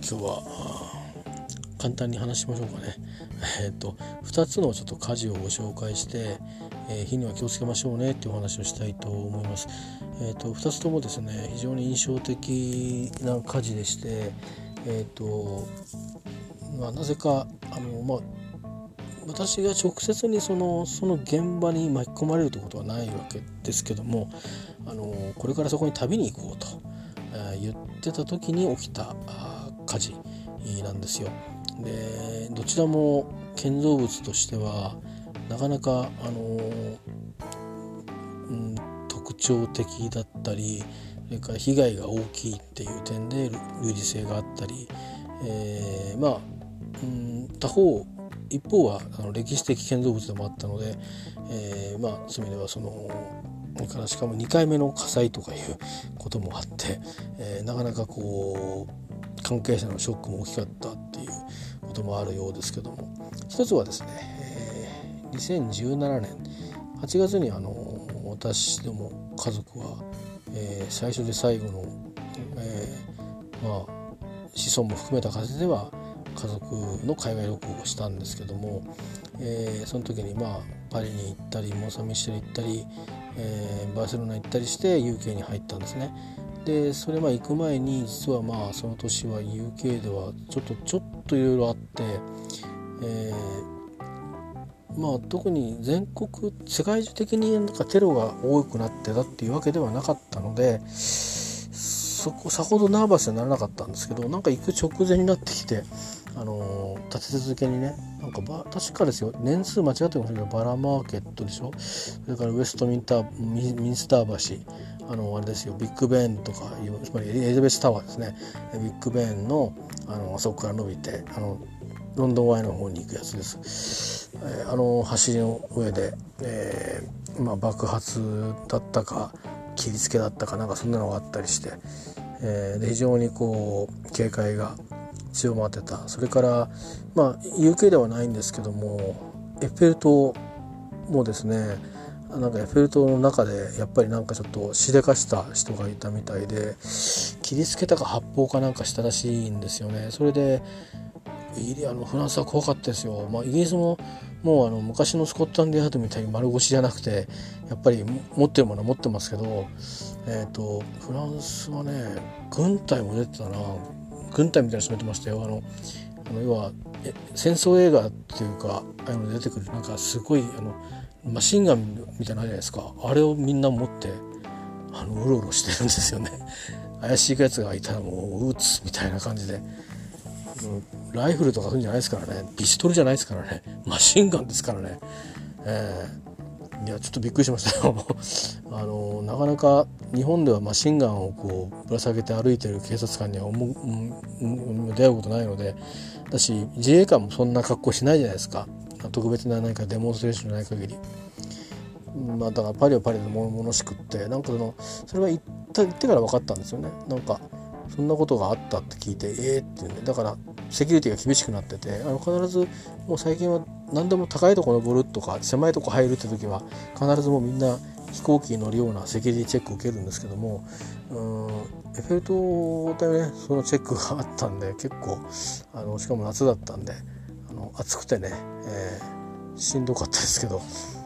今日は簡単に話しましょうかね。2つのちょっと火事をご紹介して、火には気をつけましょうねっていうお話をしたいと思います。2つともですね非常に印象的な火事でして、なぜか私が直接にその現場に巻き込まれるということはないわけですけども、これからそこに旅に行こうと、言ってた時に起きた火事なんですよ。でどちらも建造物としてはなかなか特徴的だったり、それから被害が大きいっていう点で類似性があったり、一方は歴史的建造物でもあったので、そういう意味ではそれからしかも2回目の火災とかいうこともあって、なかなか関係者のショックも大きかったっていうこともあるようですけども、一つはですね、2017年8月に私ども家族は、最初で最後の、子孫も含めた形では家族の海外旅行をしたんですけども、その時にパリに行ったりモンサンミッシェル行ったり、バルセロナ行ったりして UK に入ったんですね。でそれ行く前に実はその年は UK ではちょっといろいろあって、特に世界中的にテロが多くなってたっていうわけではなかったので、さほどナーバスにならなかったんですけど、行く直前になってきて、立て続けにね、確かですよ、年数間違ってもバラマーケットでしょ、それからウェストミンスター橋、あれですよ、ビッグベンとかいう、つまりエリザベスタワーですね、ビッグベンのあそこから伸びてロンドンワイの方に行くやつです。橋の上で、爆発だったか切りつけだったかそんなのがあったりして、で非常に警戒が強まってた。それから、UK ではないんですけども、エッフェル塔もですね、エッフェル塔の中でやっぱりちょっとしでかした人がいたみたいで、切りつけたか発砲かしたらしいんですよね。それでフランスは怖かったですよ。イギリスももう昔のスコットランドヤードみたいに丸腰じゃなくて、やっぱり持ってるものは持ってますけど、フランスはね、軍隊も出てたな。軍隊みたいに染めてましたよ。要は戦争映画っていうか、出てくるすごいマシンガンみたいなのあるじゃないですか。あれをみんな持ってうろうろしてるんですよね。怪しいやつがいたらもう撃つみたいな感じで、ライフルとかそういうんじゃないですからね、ピストルじゃないですからね、マシンガンですからね。いやちょっとびっくりしましたよ。なかなか日本ではマシンガンをぶら下げて歩いてる警察官には出会うことないので、だし自衛官もそんな格好しないじゃないですか、特別な何かデモンストレーションじゃない限り。だからパリはパリで物しくって、それは行ってから分かったんですよね。そんなことがあったって聞いてっていうね。だからセキュリティが厳しくなってて、必ずもう最近は何でも高いところ登るとか狭いとこ入るって時は必ずもうみんな飛行機に乗るようなセキュリティチェックを受けるんですけども、エッフェル塔でねそのチェックがあったんで、結構しかも夏だったんで暑くてね、しんどかったですけど、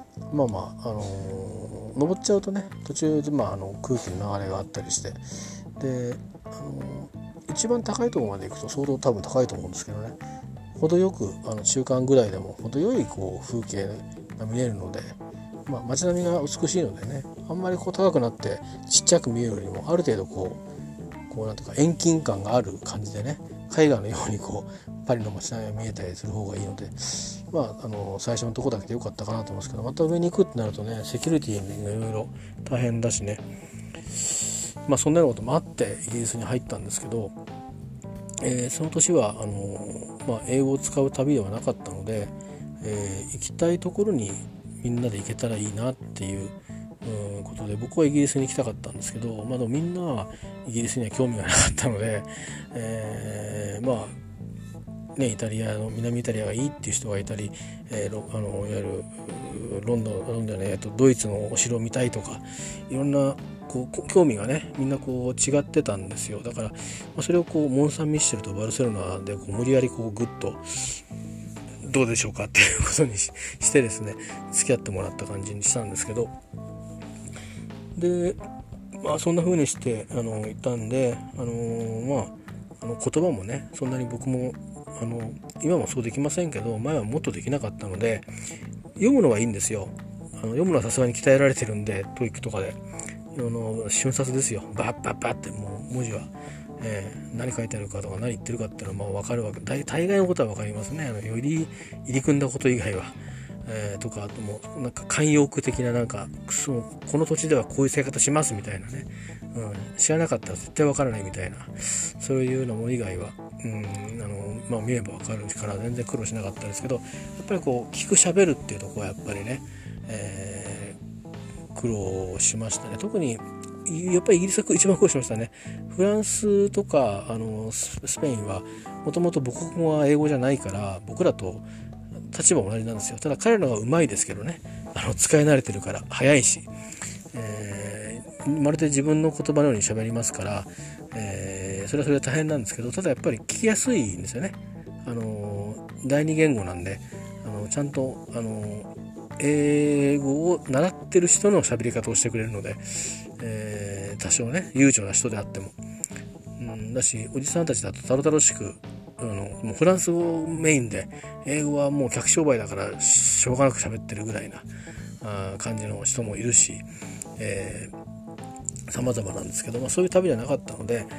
登っちゃうとね途中で空気の流れがあったりして、で一番高いところまで行くと相当多分高いと思うんですけどね、程よく中間ぐらいでも程よい風景が見えるので、街並みが美しいのでね、あんまり高くなってちっちゃく見えるよりもある程度なんていうか遠近感がある感じでね、絵画のようにパリの街並みが見えたりする方がいいので、最初のとこだけでよかったかなと思いますけど、また上に行くってなるとねセキュリティがいろいろ大変だしね、そんなようなこともあってイギリスに入ったんですけど、その年は英語を使う旅ではなかったので、行きたいところにみんなで行けたらいいなっていうことで、僕はイギリスに行きたかったんですけど、でもみんなはイギリスには興味がなかったので、 ね、イタリアの南イタリアがいいっていう人がいたり、いわゆるロンドンね、ドイツのお城を見たいとか、いろんなこう興味がねみんなこう違ってたんですよ。だから、それをこうモン・サン・ミッシェルとバルセロナでこう無理やりこうグッとどうでしょうかっていうことにしてですね、付き合ってもらった感じにしたんですけど、でそんな風にしていたんで、言葉もねそんなに僕も今もそうできませんけど、前はもっとできなかったので、読むのはいいんですよ。読むのはさすがに鍛えられてるんで、トイックとかで瞬殺ですよ。バッバッバッってもう文字は、何書いてあるかとか何言ってるかっていうのは分かるわけ、大概のことは分かりますね。より入り組んだこと以外は、とか、あともなんか慣用句的な、なんかこの土地ではこういう生活しますみたいなね、知らなかったら絶対分からないみたいな、そういうのも以外は、見れば分かるから全然苦労しなかったですけど、やっぱりこう聞く喋るっていうところはやっぱりね、苦労しましたね。特にやっぱりイギリスが一番苦労しましたね。フランスとかスペインはもともと母国語は英語じゃないから、僕らと立場同じなんですよ。ただ彼らの方が上手いですけどね、使い慣れてるから早いし、まるで自分の言葉のように喋りますから、それはそれで大変なんですけど、ただやっぱり聞きやすいんですよね。第二言語なんで、ちゃんと英語を習ってる人の喋り方をしてくれるので、多少ね悠長な人であっても、だし、おじさんたちだとたどたどしくもうフランス語メインで、英語はもう客商売だからしょうがなく喋ってるぐらいな感じの人もいるし、様々なんですけど、そういう旅じゃなかったので、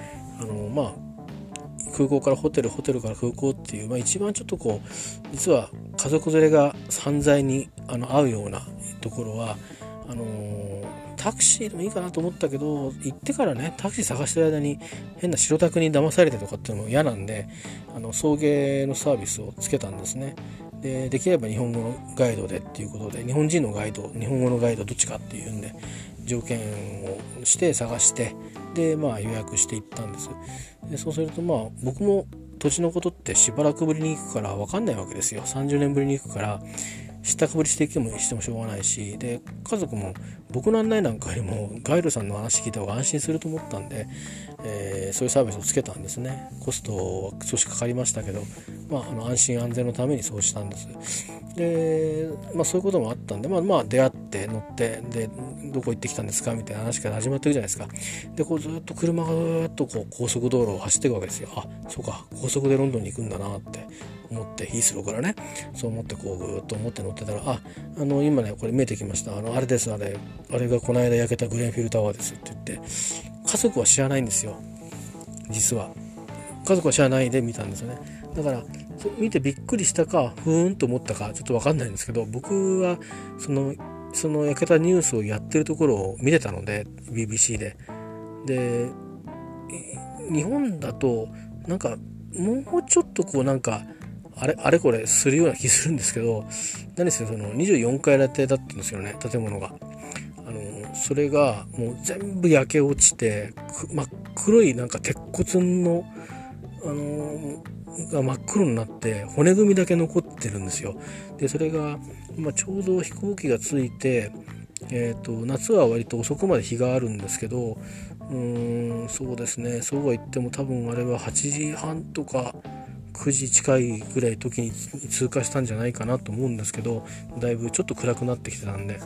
空港からホテルから空港っていう、一番ちょっとこう実は家族連れが犯罪に遭うようなところは、タクシーでもいいかなと思ったけど、行ってからねタクシー探してる間に変な白タクに騙されてとかっていうのも嫌なんで、送迎のサービスをつけたんですね。できれば日本語のガイドでっていうことで、日本人のガイド、日本語のガイドどっちかっていうんで条件をして探して、で予約していったんです。でそうすると僕も土地のことってしばらくぶりに行くから分かんないわけですよ。30年ぶりに行くから知ったかぶりしていてもしょうがないし、で家族も僕の案内なんかよりもガイドさんの話聞いた方が安心すると思ったんで、そういうサービスをつけたんですね。コストは少しかかりましたけど、安心安全のためにそうしたんです。で、そういうこともあったんで、出会って乗ってでどこ行ってきたんですかみたいな話から始まってるじゃないですか。でこうずっと車がずっとこう高速道路を走っていくわけですよ。そうか、高速でロンドンに行くんだなって思って、ヒースローからね、そう思ってこうぐーっと思って乗ってたら、今ねこれ見えてきました、あれです、あれがこの間焼けたグレンフィールタワーですって言って、家族は知らないんですよ。実は家族は知らないで見たんですよね。だから見てびっくりしたかふーんと思ったかちょっと分かんないんですけど、僕はその焼けたニュースをやってるところを見てたので BBC で日本だとなんかもうちょっとこうなんかあれこれするような気するんですけど、何せその24階建てだったんですよね、建物が。それがもう全部焼け落ちて真っ黒いなんか鉄骨のが真っ黒になって骨組みだけ残ってるんですよ。でそれが、ちょうど飛行機が着いて、夏は割と遅くまで日があるんですけど、そうですね、そうは言っても多分あれは8時半とか9時近いぐらい時に通過したんじゃないかなと思うんですけど、だいぶちょっと暗くなってきてたんで、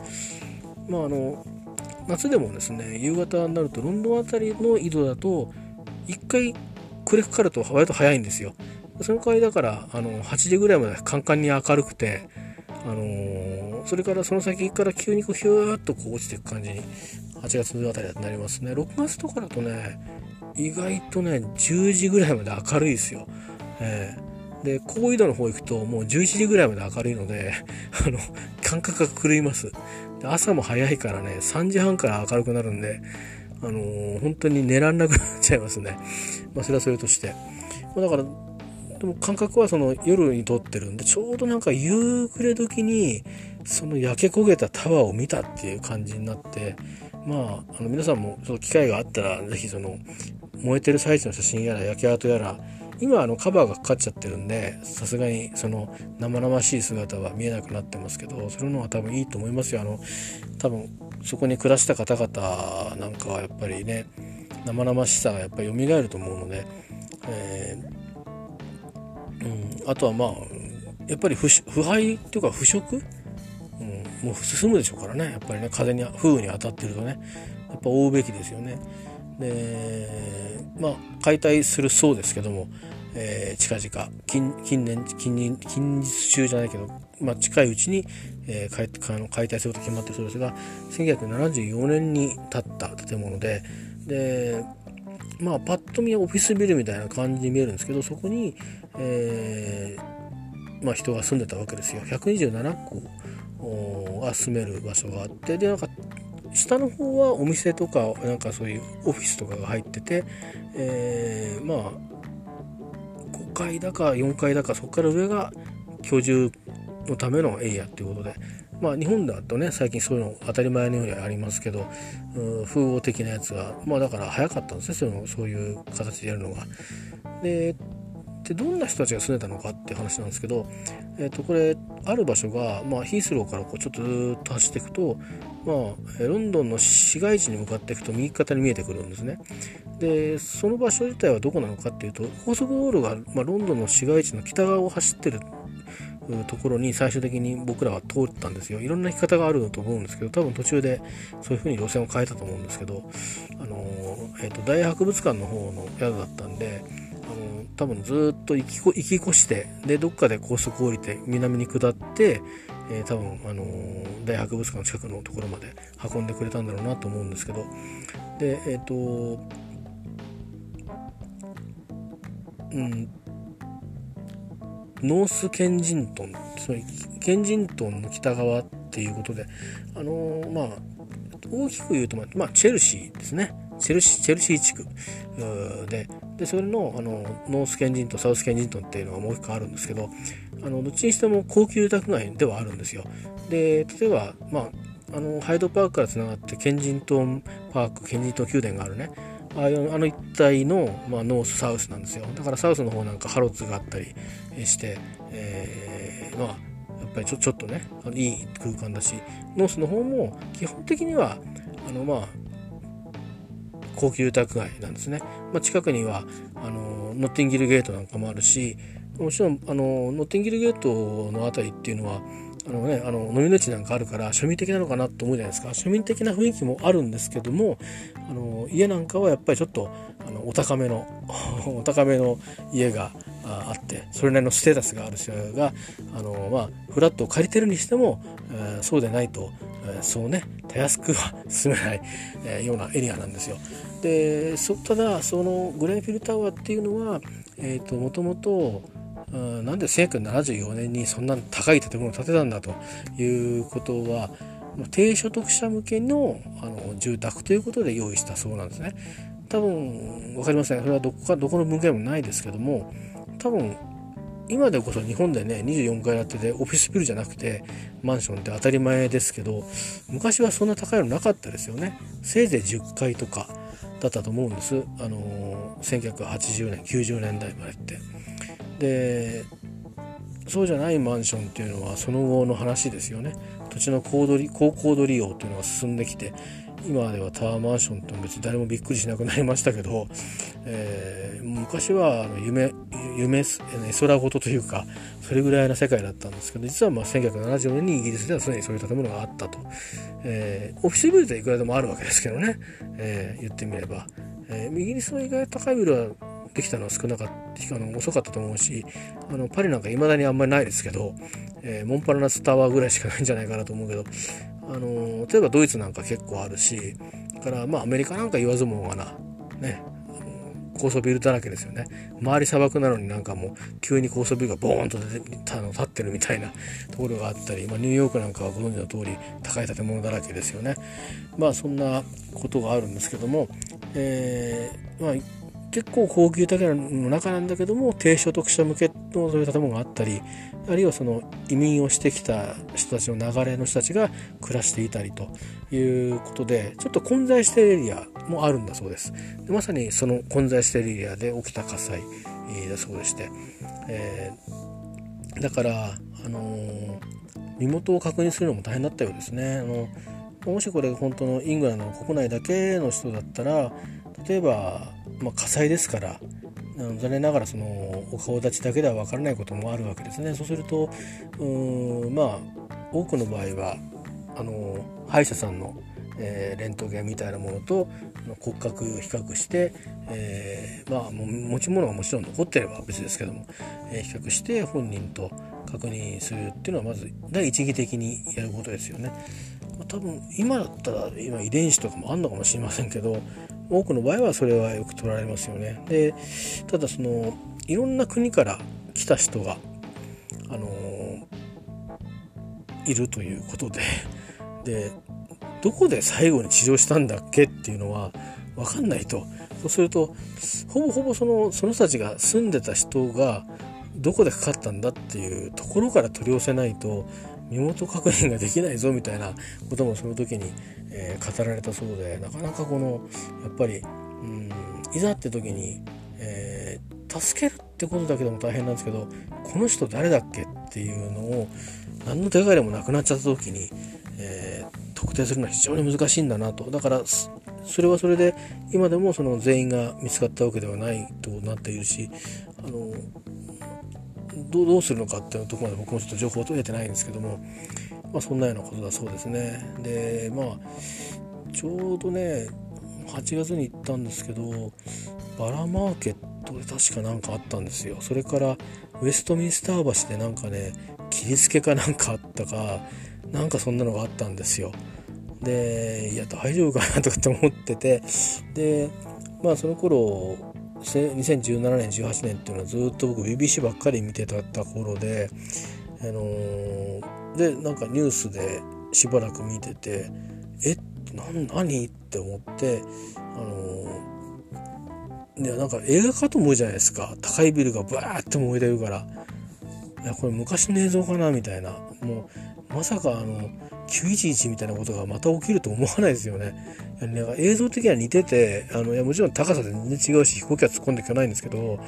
夏でもですね夕方になるとロンドンあたりの緯度だと1回暮れかかると割と早いんですよ。その代わりだから8時ぐらいまでカンカンに明るくて、それからその先から急にこうヒューッとこう落ちていく感じに8月あたりになりますね。6月とかだとね意外とね10時ぐらいまで明るいですよ。で高緯度の方行くともう11時ぐらいまで明るいので感覚が狂います。で朝も早いからね3時半から明るくなるんで、本当に寝らんなくなっちゃいますね。それはそれとして、だからでも感覚はその夜に撮ってるんで、ちょうどなんか夕暮れ時にその焼け焦げたタワーを見たっていう感じになって、皆さんもその機会があったらぜひその燃えてる最中の写真やら焼け跡やら今カバーがかかっちゃってるんでさすがにその生々しい姿は見えなくなってますけど、それのは多分いいと思いますよ。多分そこに暮らした方々なんかはやっぱりね、生々しさがやっぱり蘇ると思うので、あとはまあやっぱり腐敗っていうか腐食、もう進むでしょうからね、やっぱりね、風に風雨に当たってるとね、やっぱ覆うべきですよね。でまあ解体するそうですけども、近々近日中じゃないけど、近いうちに、解体すること決まってるそうですが、1974年に建った建物で、パッと見はオフィスビルみたいな感じに見えるんですけど、そこに、人が住んでたわけですよ。127個が住める場所があって、でなんか下の方はお店とかなんかそういうオフィスとかが入ってて、5階だか4階だか、そこから上が居住のためのエリアということで、日本だとね最近そういうの当たり前のようにありますけど、風貌的なやつがだから早かったんですね、そういう形でやるのが。でどんな人たちが住んでたのかっていう話なんですけど、これある場所が、ヒースローからちょっとずっと走っていくと、ロンドンの市街地に向かっていくと右肩に見えてくるんですね。でその場所自体はどこなのかっていうと、高速道路が、ロンドンの市街地の北側を走ってるところに最終的に僕らは通ったんですよ。いろんな行き方があると思うんですけど、多分途中でそういう風に路線を変えたと思うんですけど、大博物館の方の宿だったんで、多分ずっと行き越して、でどっかで高速降りて南に下って、多分大博物館の近くのところまで運んでくれたんだろうなと思うんですけど、でノースケンジントン、つまりケンジントンの北側っていうことで、大きく言うと、チェルシーですね。チェルシー地区でそれのノースケンジントン、サウスケンジントンっていうのがもう一個あるんですけど、どっちにしても高級住宅街ではあるんですよ。で例えばハイドパークからつながってケンジントンパーク、ケンジントン宮殿があるね、一帯の、ノースサウスなんですよ。だからサウスの方なんかハロッズがあったりして、やっぱりちょっとねいい空間だし、ノースの方も基本的には高級住宅街なんですね。近くにはノッティンギルゲートなんかもあるし、もちろんノッティンギルゲートのあたりっていうのは飲みの市なんかあるから庶民的なのかなと思うじゃないですか。庶民的な雰囲気もあるんですけども、家なんかはやっぱりちょっとお高めのお高めの家があって、それなりのステータスがある人がフラットを借りてるにしても、そうでないと、そうねたやすくは住めない、ようなエリアなんですよ。でただそのグレンフィルタワーっていうのはもともとなんで1974年にそんな高い建物を建てたんだということは、低所得者向けの住宅ということで用意したそうなんですね。多分分かりません、それはどこの文献もないですけども、多分今でこそ日本でね24階建てでオフィスビルじゃなくてマンションって当たり前ですけど、昔はそんな高いのなかったですよね。せいぜい10階とかだったと思うんです。1980年90年代までって。でそうじゃないマンションっていうのはその後の話ですよね。土地の高高度利用っていうのが進んできて、今ではタワーマンションって別に誰もびっくりしなくなりましたけど、昔は夢空事というかそれぐらいの世界だったんですけど、実は1970年にイギリスではすでにそういう建物があったと。オフィスビルっていくらでもあるわけですけどね、言ってみれば、イギリスの意外と高いビルはできたのは少なかった、遅かったと思うし、パリなんか未だにあんまりないですけど、モンパラナスタワーぐらいしかないんじゃないかなと思うけど、例えばドイツなんか結構あるし、からアメリカなんか言わずもがなね、高層ビルだらけですよね。周り砂漠なのになんかもう急に高層ビルがボーンと立ってるみたいなところがあったり、ニューヨークなんかはご存知の通り高い建物だらけですよね。そんなことがあるんですけども、結構高級建物の中なんだけども低所得者向けのそういう建物があったり、あるいはその移民をしてきた人たちの流れの人たちが暮らしていたりということで、ちょっと混在しているエリアもあるんだそうです。でまさにその混在しているエリアで起きた火災、 だそうでして、だから身元を確認するのも大変だったようですね。もしこれ本当のイングランドの国内だけの人だったら、例えば、火災ですから残念ながらそのお顔立ちだけでは分からないこともあるわけですね。そうすると多くの場合は歯医者さんの、レントゲンみたいなものと骨格比較して、持ち物がもちろん残ってれば別ですけども、比較して本人と確認するっていうのはまず第一義的にやることですよね。多分今だったら今遺伝子とかもあるのかもしれませんけど、多くの場合はそれはよく取られますよね。でただいろんな国から来た人が、いるということでどこで最後に治療したんだっけっていうのは分かんないと。そうするとほぼその人たちが住んでた人がどこでかかったんだっていうところから取り寄せないと身元確認ができないぞみたいなこともその時に、語られたそうで、なかなかやっぱりいざって時に、助けるってことだけでも大変なんですけど、この人誰だっけっていうのを何の手がかりもなくなっちゃった時に、特定するのは非常に難しいんだなと。だからそれはそれで今でもその全員が見つかったわけではないとなっているし、どうするのかっていうところまで僕もちょっと情報を取れてないんですけども、そんなようなことだそうですね。でちょうどね8月に行ったんですけど、バラマーケットで確かなんかあったんですよ。それからウェストミンスター橋でなんかね切りつけかなんかあったかなんかそんなのがあったんですよ。でいや大丈夫かなとかって思ってて、でその頃2017年18年っていうのはずっと僕 BBC ばっかり見てた頃で、なんかニュースでしばらく見てて何って思って、なんか映画かと思うじゃないですか。高いビルがバーって燃えてるから、いやこれ昔の映像かなみたいな、もうまさか911みたいなことがまた起きると思わないですよね。映像的には似ててもちろん高さで全然違うし飛行機は突っ込んでいかないんですけど、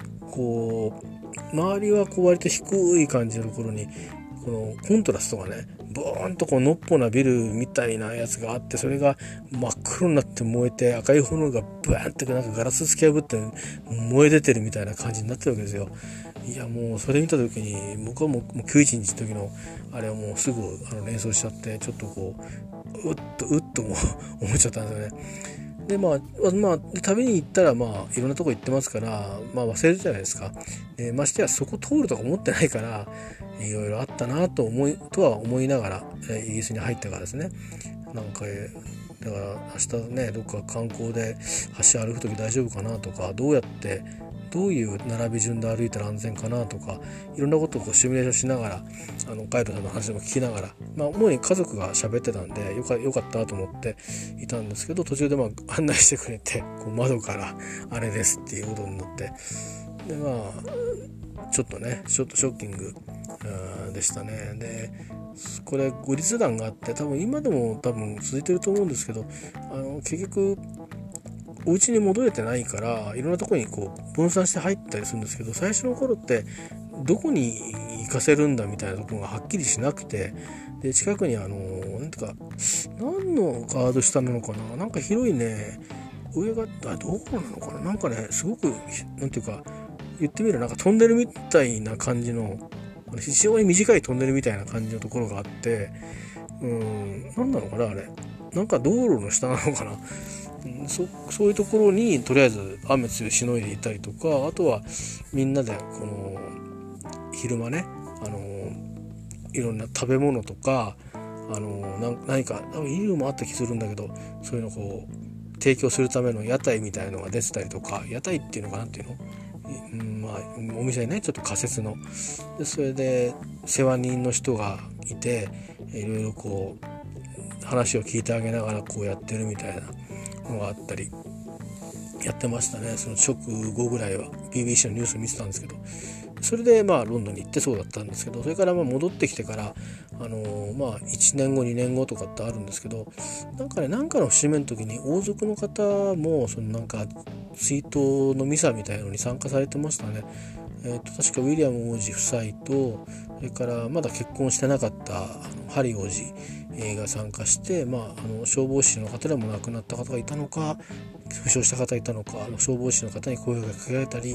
周りは割と低い感じのところにこのコントラストがねボーンとのっぽなビルみたいなやつがあって、それが真っ黒になって燃えて赤い炎がブワーってなんかガラス突き破って燃え出てるみたいな感じになってるわけですよ。いやもうそれ見た時に僕はもう911の時のあれはもうすぐ連想しちゃって、ちょっとうっとも思っちゃったんですよね。で旅に行ったらいろんなとこ行ってますから忘れるじゃないですか。でましてやそこ通るとか思ってないからいろいろあったなとは思いながらイギリスに入ってからですね、なんかだから明日ねどっか観光で橋歩く時大丈夫かなとか、どういう並び順で歩いたら安全かなとか、いろんなことをシミュレーションしながらガイドさんの話も聞きながら、主に家族が喋ってたんでよかったと思っていたんですけど、途中で案内してくれて窓からあれですっていうことになって、でちょっとショッキングでしたね。でこれ後日談があって、多分今でも続いてると思うんですけど、結局お家に戻れてないからいろんなところに分散して入ったりするんですけど、最初の頃ってどこに行かせるんだみたいなところがはっきりしなくて、で近くに何のガード下なのかな、なんか広いね上がどこなのかな、なんかねすごくなんていうか言ってみるなんかトンネルみたいな感じの非常に短いトンネルみたいな感じのところがあって、何なのかなあれ、なんか道路の下なのかな、そういうところにとりあえず雨強いしのいでいたりとか、あとはみんなで昼間ねいろんな食べ物とか何か多分いいのもあった気するんだけど、そういうの提供するための屋台みたいなのが出てたりとか、屋台っていうのかなっていうの、お店ねちょっと仮設ので、それで世話人の人がいていろいろ話を聞いてあげながらやってるみたいなのがあったりやってましたね。その直後ぐらいは BBC のニュースを見てたんですけど、 それでロンドンに行ってそうだったんですけど、それから戻ってきてから1年後2年後とかってあるんですけど、なんかの節目の時に王族の方も追悼のミサみたいのに参加されてましたね。確かウィリアム王子夫妻と、それからまだ結婚してなかったハリー王子が参加して、消防士の方でも亡くなった方がいたのか負傷した方がいたのか、消防士の方に声がかけられたり、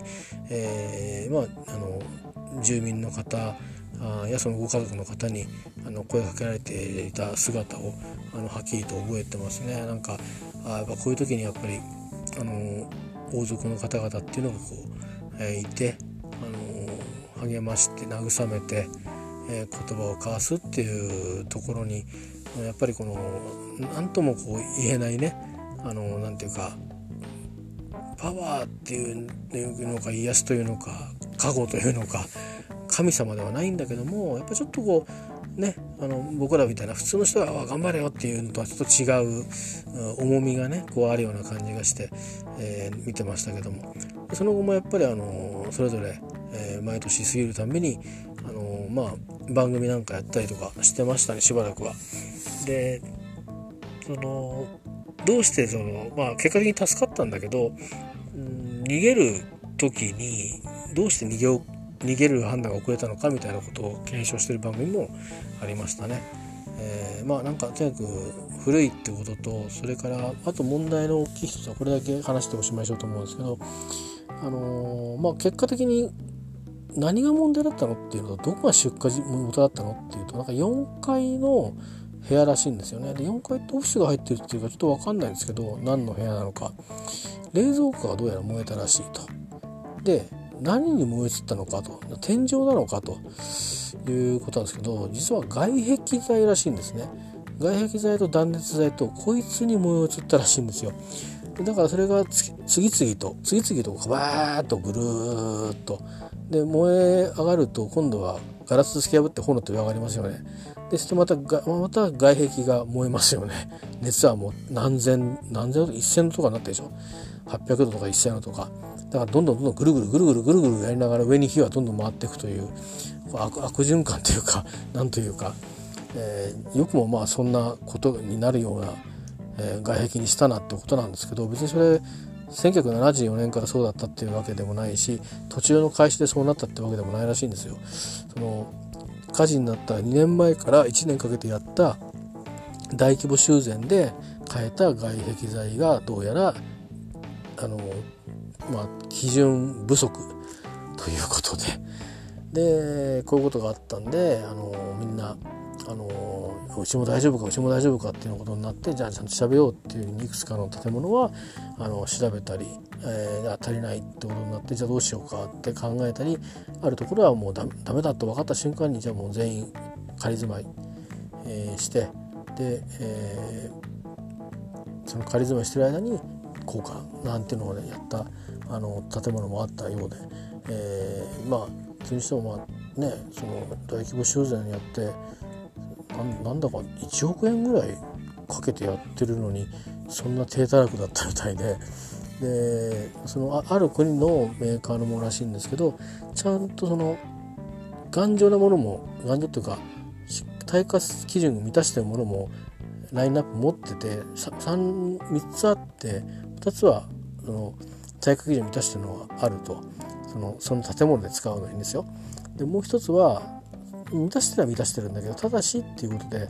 住民の方やそのご家族の方に声がかけられていた姿をはっきりと覚えてますね。やっぱこういう時にやっぱり王族の方々っていうのがいて励まして慰めて、言葉を交わすっていうところにやっぱり何とも言えないねなんていうかパワーっていうのか癒しというのか加護というのか神様ではないんだけども、やっぱちょっと僕らみたいな普通の人が頑張れよっていうのとはちょっと違う重みがねあるような感じがして、見てましたけども、その後もやっぱりそれぞれ、毎年過ぎるたびに番組なんかやったりとかしてましたね、しばらくは。でどうして結果的に助かったんだけど、逃げる時にどうして逃げる判断が遅れたのかみたいなことを検証している番組もありましたね。とにかく古いってことと、それからあと問題の大きい一つはこれだけ話しておしまいしようと思うんですけど、結果的に何が問題だったのっていうのとどこが出火元だったのっていうと4階の部屋らしいんですよね。で4階ってオフィスが入ってるっていうかちょっと分かんないんですけど、何の部屋なのか。冷蔵庫がどうやら燃えたらしいと。で何に燃え移ったのかと、天井なのかということなんですけど、実は外壁材らしいんですね。外壁材と断熱材とこいつに燃え移ったらしいんですよ。だからそれが次々とバーッとぐるーっとで燃え上がると、今度はガラス突き破って炎って上がりますよね。でまた外壁が燃えますよね。熱はもう何千度1000度とかになってるでしょ。800度とか1000度とか。だからどんどんぐるぐるやりながら上に火はどんどん回っていくという悪循環というかなんというか、よくもそんなことになるような、外壁にしたなってことなんですけど、別にそれ1974年からそうだったっていうわけでもないし、途中の開始でそうなったってわけでもないらしいんですよ。火事になった2年前から1年かけてやった大規模修繕で変えた外壁材がどうやら基準不足ということでこういうことがあったんでみんなうちも大丈夫かっていうことになって、じゃあちゃんと調べようっていうふうにいくつかの建物は調べたり、足りないってことになって、じゃあどうしようかって考えたり、あるところはもうダメだと分かった瞬間にじゃあもう全員仮住まい、してで、その仮住まいしてる間に交換なんていうのをやった建物もあったようで、それにしてもその大規模修繕やってなんだか1億円ぐらいかけてやってるのにそんな低たらくだったみたいで、ある国のメーカーのものらしいんですけど、ちゃんと頑丈なものも頑丈というか耐火基準を満たしているものもラインナップ持ってて 3つあって、2つは耐火基準を満たしているのがあると、その建物で使うのにですよ。でもう一つは満たしてるんだけど、ただしっていうことで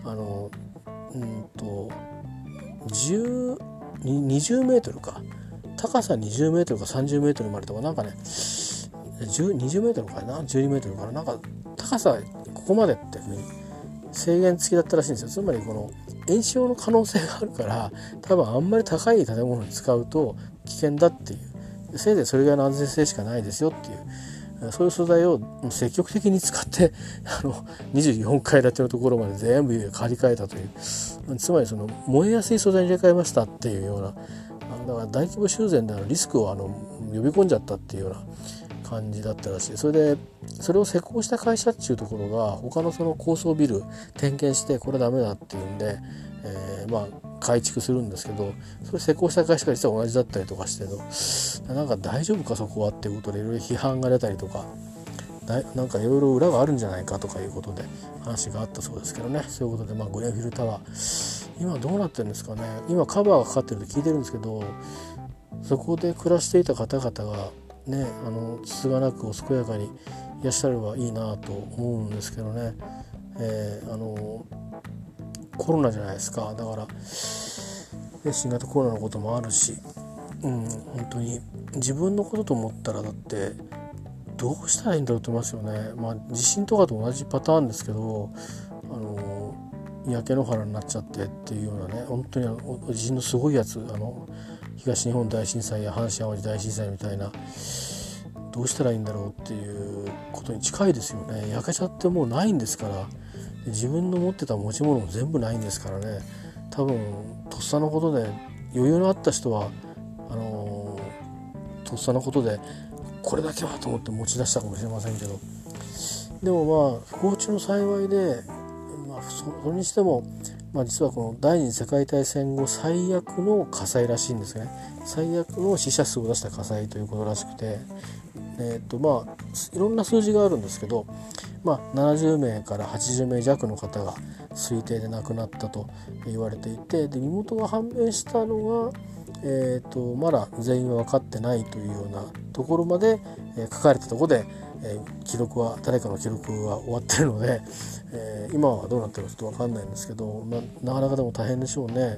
20メートルか、高さ20メートルか30メートルまでとか20メートルかな12メートルかな、高さここまでっていうふうに制限付きだったらしいんですよ。つまり延焼の可能性があるから、多分あんまり高い建物に使うと危険だっていう、せいぜいそれぐらいの安全性しかないですよっていう、そういう素材を積極的に使って24階建てのところまで全部張り替えたという、つまり燃えやすい素材に入れ替えましたっていうような、だから大規模修繕でリスクを呼び込んじゃったっていうような感じだったらしい。それでそれを施工した会社っていうところが他の高層ビル点検してこれダメだっていうんで、改築するんですけど、それ施工した会社が実は同じだったりとかして大丈夫かそこはっていうことでいろいろ批判が出たりとかなんかいろいろ裏があるんじゃないかとかいうことで話があったそうですけどね。そういうことで、グレンフィールタワー今どうなってるんですかね。今カバーがかかってると聞いてるんですけど、そこで暮らしていた方々がね、つつがなくお健やかにいらっしゃればいいなと思うんですけどね。コロナじゃないですか。だから新型コロナのこともあるし、本当に自分のことと思ったら、だってどうしたらいいんだろうと思いますよね。地震とかと同じパターンですけど、焼け野原になっちゃってっていうようなね、本当に地震のすごいやつ、東日本大震災や阪神・淡路大震災みたいな、どうしたらいいんだろうっていうことに近いですよね。焼けちゃってもうないんですから、自分の持ってた持ち物も全部ないんですからね。多分とっさのことで余裕のあった人はとっさのことでこれだけはと思って持ち出したかもしれませんけど、でも不幸中の幸いで、それにしても、実はこの第二次世界大戦後最悪の火災らしいんですね。最悪の死者数を出した火災ということらしくて、いろんな数字があるんですけど、70名から80名弱の方が推定で亡くなったと言われていて、で身元が判明したのが、まだ全員は分かってないというようなところまで、書かれたところで、誰かの記録は終わってるので、今はどうなってるかちょっと分かんないんですけど、なかなかでも大変でしょうね。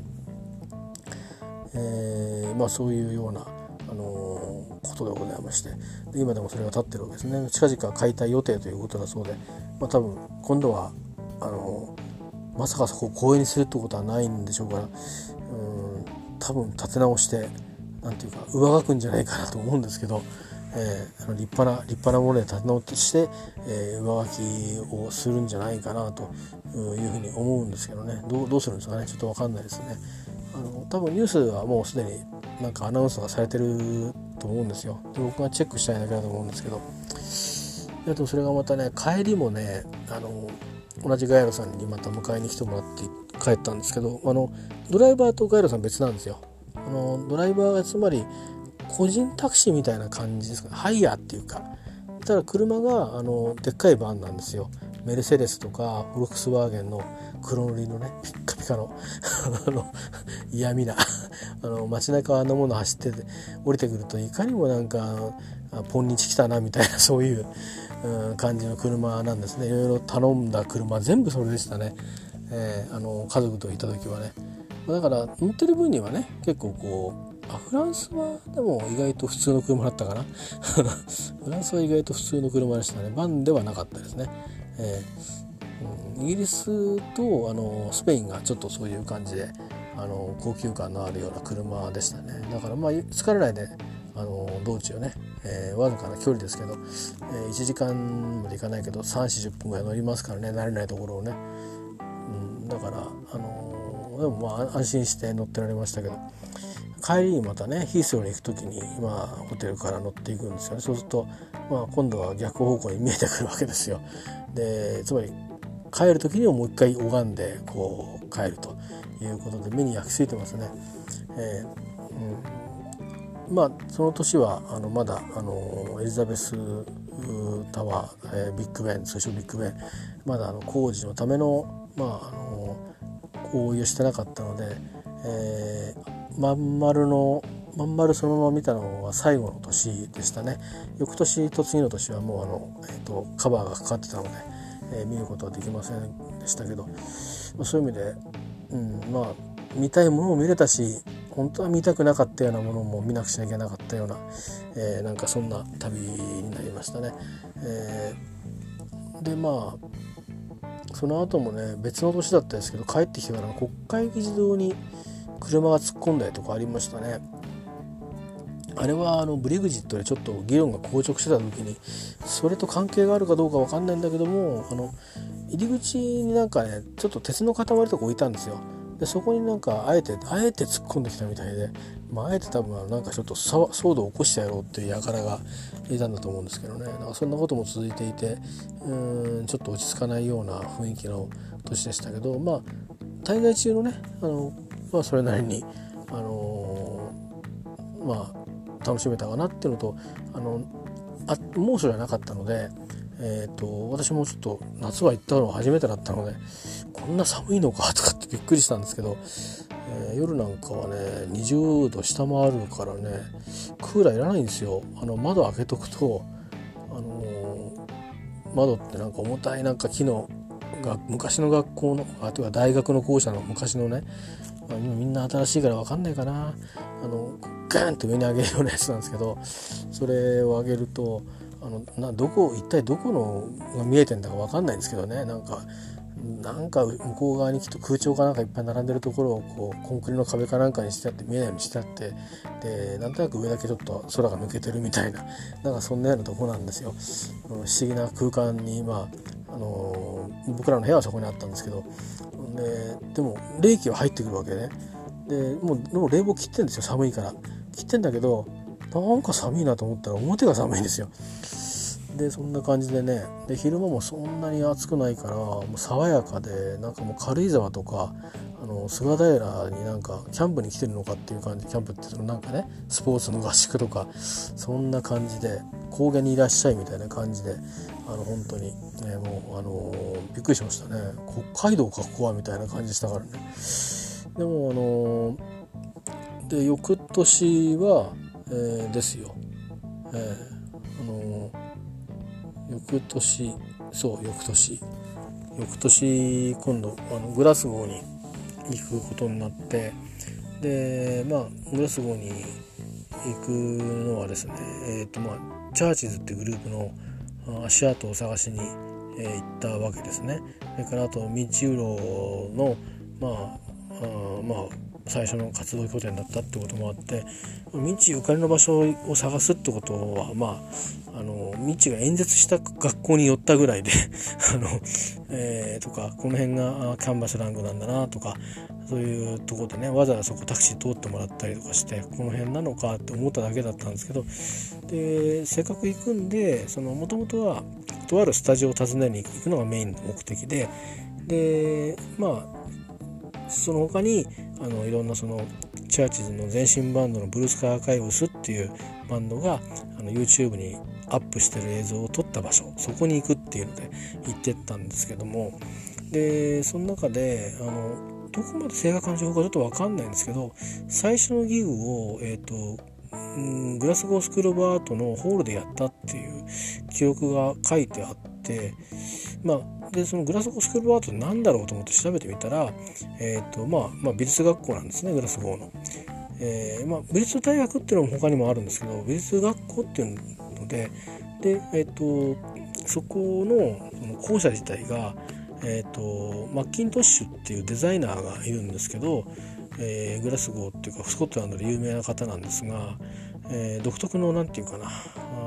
そういうようなことでございまして、で今でもそれが立ってるわけですね。近々解体予定ということだそうで、多分今度はまさかそこを公園にするってことはないんでしょうから、多分立て直してなんていうか上書くんじゃないかなと思うんですけど、立派なもので立て直して、上書きをするんじゃないかなというふうに思うんですけどね。どうするんですかね、ちょっと分かんないですね。多分ニュースはもうすでになんかアナウンスがされてると思うんですよ。で僕がチェックしたいだけだと思うんですけど、でもそれがまたね、帰りもね、同じガイロさんにまた迎えに来てもらって帰ったんですけど、ドライバーとガイロさん別なんですよ。ドライバーがつまり個人タクシーみたいな感じですかね。ハイヤーっていうか、ただ車がでっかいバンなんですよ。メルセデスとかフォルクスワーゲンの黒塗りのね、ピッカピカの嫌味な街中はあんなもの走ってて降りてくるといかにもなんかポン日来たなみたいな、そういう、感じの車なんですね。いろいろ頼んだ車全部それでしたね。家族といた時はね、だから乗ってる分にはね、結構こうフランスはでも意外と普通の車だったかなフランスは意外と普通の車でしたね。バンではなかったですね。イギリスとスペインがちょっとそういう感じで高級感のあるような車でしたね。だから疲れないで道中ね、わずかな距離ですけど、1時間まで行かないけど 3,40 分ぐらい乗りますからね、慣れないところをね。だからでも安心して乗ってられましたけど、帰りにまたねヒースローに行く時にホテルから乗っていくんですよね。そうすると今度は逆方向に見えてくるわけですよ。でつまり帰る時にはもう一回拝んでこう帰るということで目に焼き付いてますね。その年はまだエリザベスタワー、ビッグベン、通称ビッグベン、まだ工事のための合意をしてなかったので、まん丸そのまま見たのは最後の年でしたね。翌年と次の年はもうカバーがかかってたので、見ることはできませんでしたけど、そういう意味で、見たいものも見れたし、本当は見たくなかったようなものも見なくちゃいけなかったような、なんかそんな旅になりましたね。でその後もね別の年だったんですけど、帰ってきてから国会議事堂に車が突っ込んだりとかありましたね。あれはブレグジットでちょっと議論が硬直してた時にそれと関係があるかどうか分かんないんだけども、入り口になんかねちょっと鉄の塊とか置いたんですよ。でそこになんかあえて突っ込んできたみたいで、あえて多分なんかちょっと騒動を起こしてやろうっていう輩がいたんだと思うんですけどね。なんかそんなことも続いていて、ちょっと落ち着かないような雰囲気の年でしたけど、滞在中のねそれなりに楽しめたかなっていうのと、猛暑じゃなかったので、 私もちょっと夏は行ったのが初めてだったので、こんな寒いのかとかってびっくりしたんですけど、夜なんかはね20度下回るからね、クーラーいらないんですよ。窓開けとくと、窓ってなんか重たいなんか木のが昔の学校のというか大学の校舎の昔のね、今みんな新しいから分かんないかな、ガーンと上に上げるようなやつなんですけど、それを上げると一体どこのが見えてんだか分かんないんですけどね、なんか向こう側にきっと空調かなんかいっぱい並んでるところをこうコンクリの壁かなんかにしてあって見えないようにしてあって、でなんとなく上だけちょっと空が抜けてるみたいな、なんかそんなようなとこなんですよ。不思議な空間に、僕らの部屋はそこにあったんですけど、でも冷気は入ってくるわけね。でも冷房切ってんですよ、寒いから切ってんだけど、なんか寒いなと思ったら表が寒いんですよ。でそんな感じでね、で昼間もそんなに暑くないからもう爽やかで、なんかもう軽井沢とか菅平になんかキャンプに来てるのかっていう感じ。キャンプってそのなんかねスポーツの合宿とかそんな感じで、高原にいらっしゃいみたいな感じで、本当に、ね、もうびっくりしましたね。北海道かここはみたいな感じしたからね。でもで翌年は、ですよ、翌年今度グラスゴーに行くことになって、でグラスゴーに行くのはですね、チャーチーズっていうグループの足跡を探しに、行ったわけですね。それからあとミッチウロの最初の活動拠点だったってこともあって、ミッチゆかりの場所を探すってことはミッチが演説した学校に寄ったぐらいでとか、この辺がキャンバスラングなんだなとか、そういうところでね、わざわざそこタクシー通ってもらったりとかして、この辺なのかって思っただけだったんですけど、でせっかく行くんで、もともとはとあるスタジオを訪ねに行くのがメインの目的で、その他にいろんなチャーチーズの前身バンドのブルースカーアーカイブスっていうバンドがYouTube にアップしてる映像を撮った場所、そこに行くっていうので行ってったんですけども、でその中でどこまで正確な情報かちょっと分かんないんですけど、最初のギグをグラスゴースクール・オブ・アートのホールでやったっていう記録が書いてあって、でそのグラスゴースクール・オブ・アートって何だろうと思って調べてみたら、美術学校なんですね、グラスゴーの。美術大学っていうのも他にもあるんですけど、美術学校っていうので、そこの校舎自体が、マッキントッシュっていうデザイナーがいるんですけど、グラスゴーっていうかスコットランドで有名な方なんですが、独特のなんていうかな、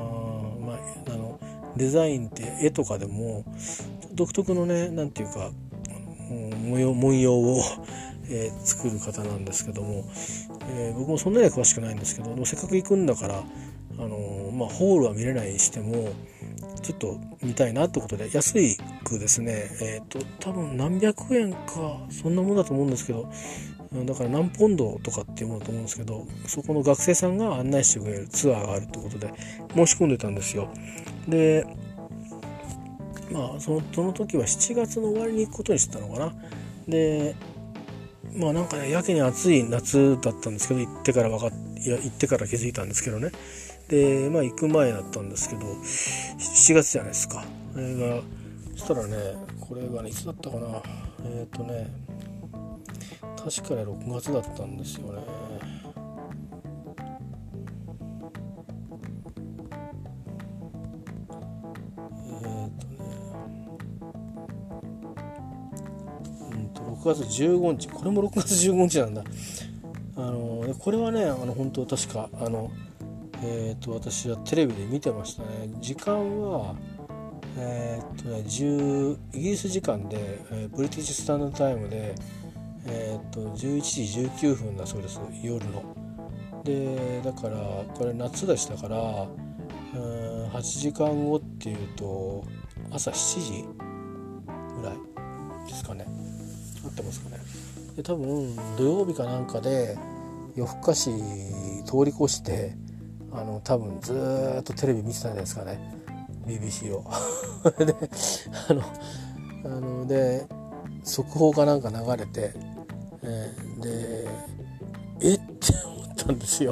デザインって絵とかでも独特のね、なんていうか文様を作る方なんですけども、僕もそんなには詳しくないんですけど、でもせっかく行くんだからホールは見れないにしてもちょっと見たいなってことで、安くですね、多分何百円かそんなものだと思うんですけど、だから何ポンドとかっていうものだと思うんですけど、そこの学生さんが案内してくれるツアーがあるってことで申し込んでたんですよ。でその時は7月の終わりに行くことにしてたのかな。でなんかね、やけに暑い夏だったんですけど、行ってから気づいたんですけどね。で行く前だったんですけど、7月じゃないですか。そしたらね、これがねいつだったかな、確かね6月だったんですよね。6月15日、これも6月15日なんだ。これはね本当確か私はテレビで見てましたね。時間はイギリス時間で、ブリティッシュスタンダードタイムで11時19分だそうです、夜の。でだからこれ夏でしたから、8時間後っていうと朝7時ぐらいですかね。合ってますかね。で多分土曜日かなんかで夜更かし通り越して多分ずっとテレビ見てたんじゃないですかね。 BBC をでで速報かなんか流れて、でって思ったんですよ。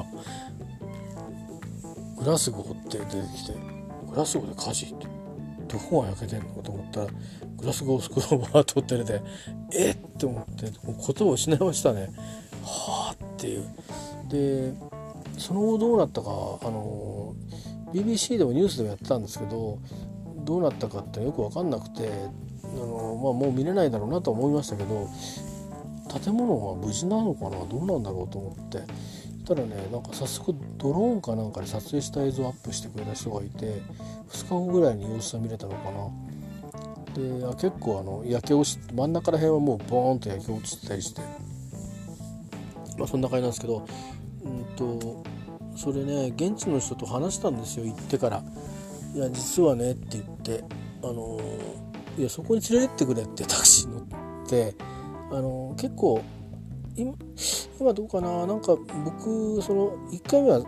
グラスゴーって出てきて、グラスゴーで火事ってどこが焼けてんのと思ったら、グラスゴースクローバーとって出てって思って、もう言葉を失いましたね。はあっていう。でその後どうなったか、BBC でもニュースでもやってたんですけど、どうなったかってよく分かんなくて、もう見れないだろうなと思いましたけど、建物は無事なのかな、どうなんだろうと思って、たらね、なんか早速ドローンかなんかで撮影した映像をアップしてくれた人がいて、2日後ぐらいに様子が見れたのかな。で結構焼け落ち、真ん中ら辺はもうボーンと焼け落ちてたりして、そんな感じなんですけど、それね、現地の人と話したんですよ、行ってから。いや実はねって言って、いやそこに連れてってくれってタクシー乗って、結構今どうかな、なんか僕その1回目は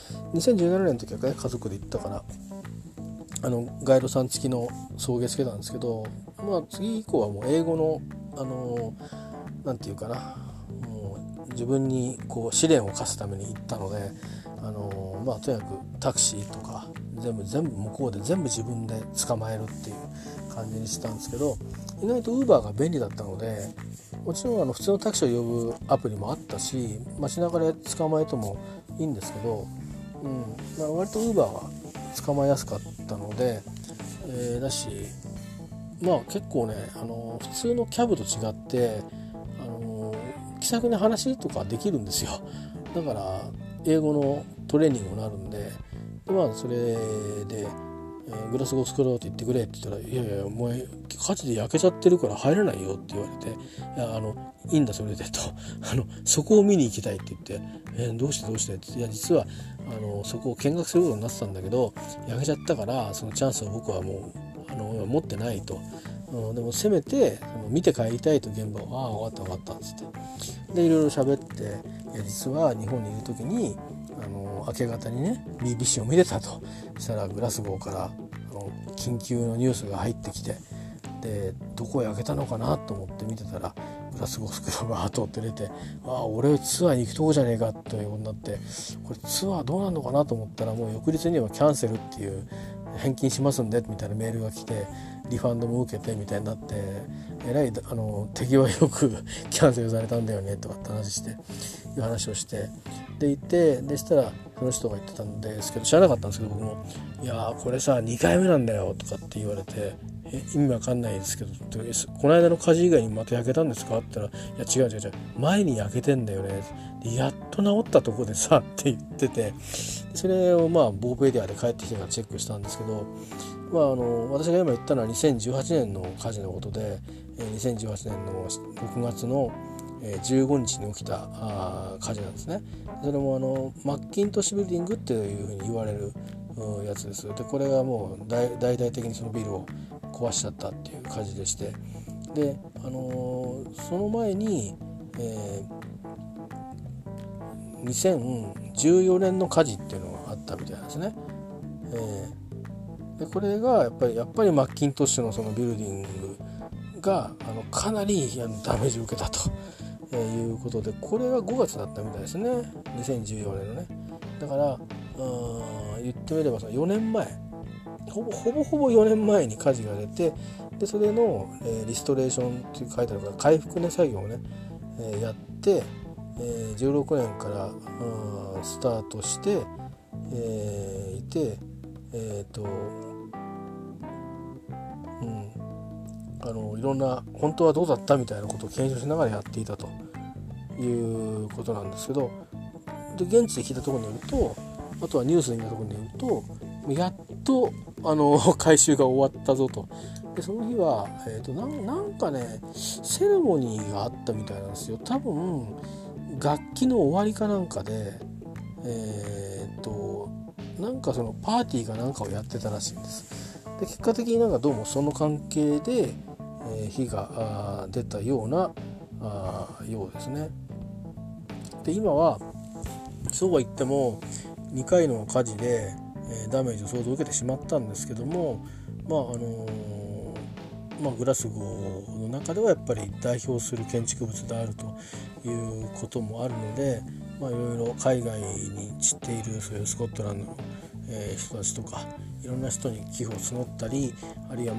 2017年の時はね、家族で行ったからガイドさん付きの送迎つけたんですけど、次以降はもう英語のなんていうかな、もう自分にこう試練を課すために行ったので、とにかくタクシーとか全部向こうで全部自分で捕まえるっていう感じにしてたんですけど、意外と Uber が便利だったので、もちろん普通のタクシーを呼ぶアプリもあったし、街中で捕まえてもいいんですけど、割と Uber は捕まえやすかったので、だし結構ね、普通のキャブと違って気さくに話とかできるんですよ。だから英語のトレーニングになるんで、それで、グラスゴースクローって言ってくれって言ったら、いやいやもう火事で焼けちゃってるから入れないよって言われて、いいんだそれでとそこを見に行きたいって言って、どうしてって、いや実はそこを見学することになってたんだけど焼けちゃったから、そのチャンスを僕はもう持ってないと、でもせめて見て帰りたいと現場を、分かったっつって、でいろいろ喋って、いや実は日本にいる時に明け方にね BBC を見てたと。そしたらグラスゴーから緊急のニュースが入ってきて、でどこを焼けたのかなと思って見てたら、グラスゴースクローバーとって出て、俺ツアーに行くとこじゃねえかということになって、これツアーどうなるのかなと思ったら、もう翌日にはキャンセルっていう、返金しますんでみたいなメールが来て、リファンドも受けてみたいになって、えらい手際よくキャンセルされたんだよねとかっていう話をして、で行って、でしたらその人が言ってたんですけど、知らなかったんですけど僕も、いやこれさ2回目なんだよとかって言われて、意味わかんないですけど、この間の火事以外にまた焼けたんですかって言ったら、いや違う前に焼けてんだよね、やっと治ったとこでさって言ってて、それをボーペディアで帰ってきてからチェックしたんですけど、私が今言ったのは2018年の火事のことで、2018年の6月の15日に起きた火事なんですね。それもマッキントッシュビルディングっていうふうに言われるやつです。でこれがもう大々的にそのビルを壊しちゃったっていう火事でして、で、その前に、2014年の火事っていうのがあったみたいなんですね。でこれがやっぱりマッキントッシュのそのビルディングがかなりダメージを受けたということで、これが5月だったみたいですね、2014年のね。だから言ってみれば4年前、ほぼ4年前に火事が出て、でそれの、リストレーションって書いてあるから回復ね作業をね、やって、16年からスタートして、いて、いろんな本当はどうだったみたいなことを検証しながらやっていたということなんですけど、で現地で聞いたところによると、あとはニュースで見たところによると、やっと改修が終わったぞと。でその日は、なんかねセレモニーがあったみたいなんですよ。多分楽器の終わりかなんかで、なんかそのパーティーかなんかをやってたらしいんです。で結果的になんかどうもその関係で、火が出たようなようですね。で今はそうは言っても2回の火事で、 ダメージを相当受けてしまったんですけども、グラスゴーの中ではやっぱり代表する建築物であるということもあるので、いろいろ海外に散っているそういうスコットランドの、人たちとかいろんな人に寄付を募ったり、あるいは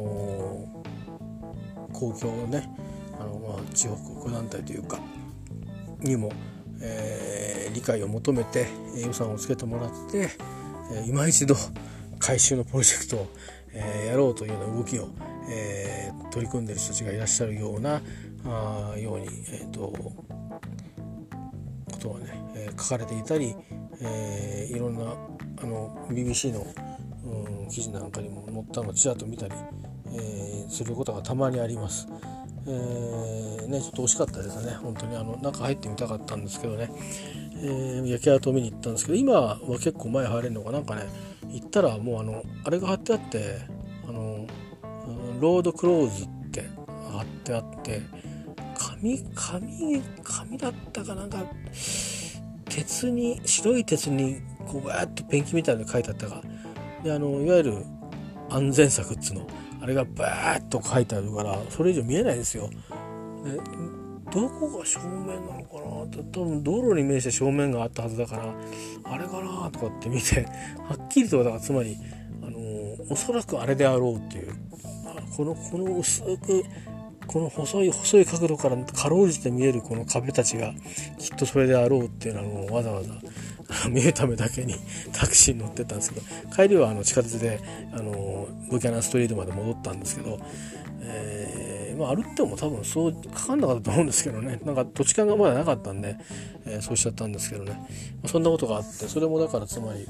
公共のね地方公共団体というかにも、理解を求めて予算をつけてもらって、今一度改修のプロジェクトを、やろうというような動きを、取り組んでいる人たちがいらっしゃるようなことがね、書かれていたり、いろんなBBC の、記事なんかにも載ったのをちらっと見たり、することがたまにあります。ちょっと惜しかったですね。本当に中入ってみたかったんですけどね、焼き跡を見に行ったんですけど、今は結構前入れるのかなんかね、行ったらもうあれが貼ってあって、ロードクローズって貼ってあって、紙だったかなんか白い鉄にこうわーっとペンキみたいなの書いてあったかで、いわゆる安全柵っつうのあれがバーッと書いてあるからそれ以上見えないですよ。でどこが正面なのかなって、多分道路に面して正面があったはずだからあれかなとかって見て、はっきりとだからつまりおそらくあれであろうっていう、この薄くこの細い角度からかろうじて見えるこの壁たちがきっとそれであろうっていうのをわざわざ見るためだけにタクシーに乗ってったんですけど、帰りは地下鉄でブキャナンストリートまで戻ったんですけど、歩っても多分そうかかんなかったと思うんですけどね、なんか土地勘がまだなかったんで、そうしちゃったんですけどね、そんなことがあって、それもだからつまり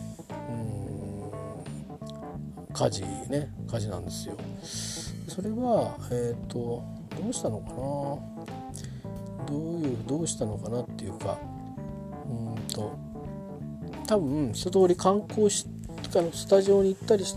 火事なんですよ。それはどうしたのかな、どうしたのかなっていうか、多分一通り観光スタジオに行ったりして、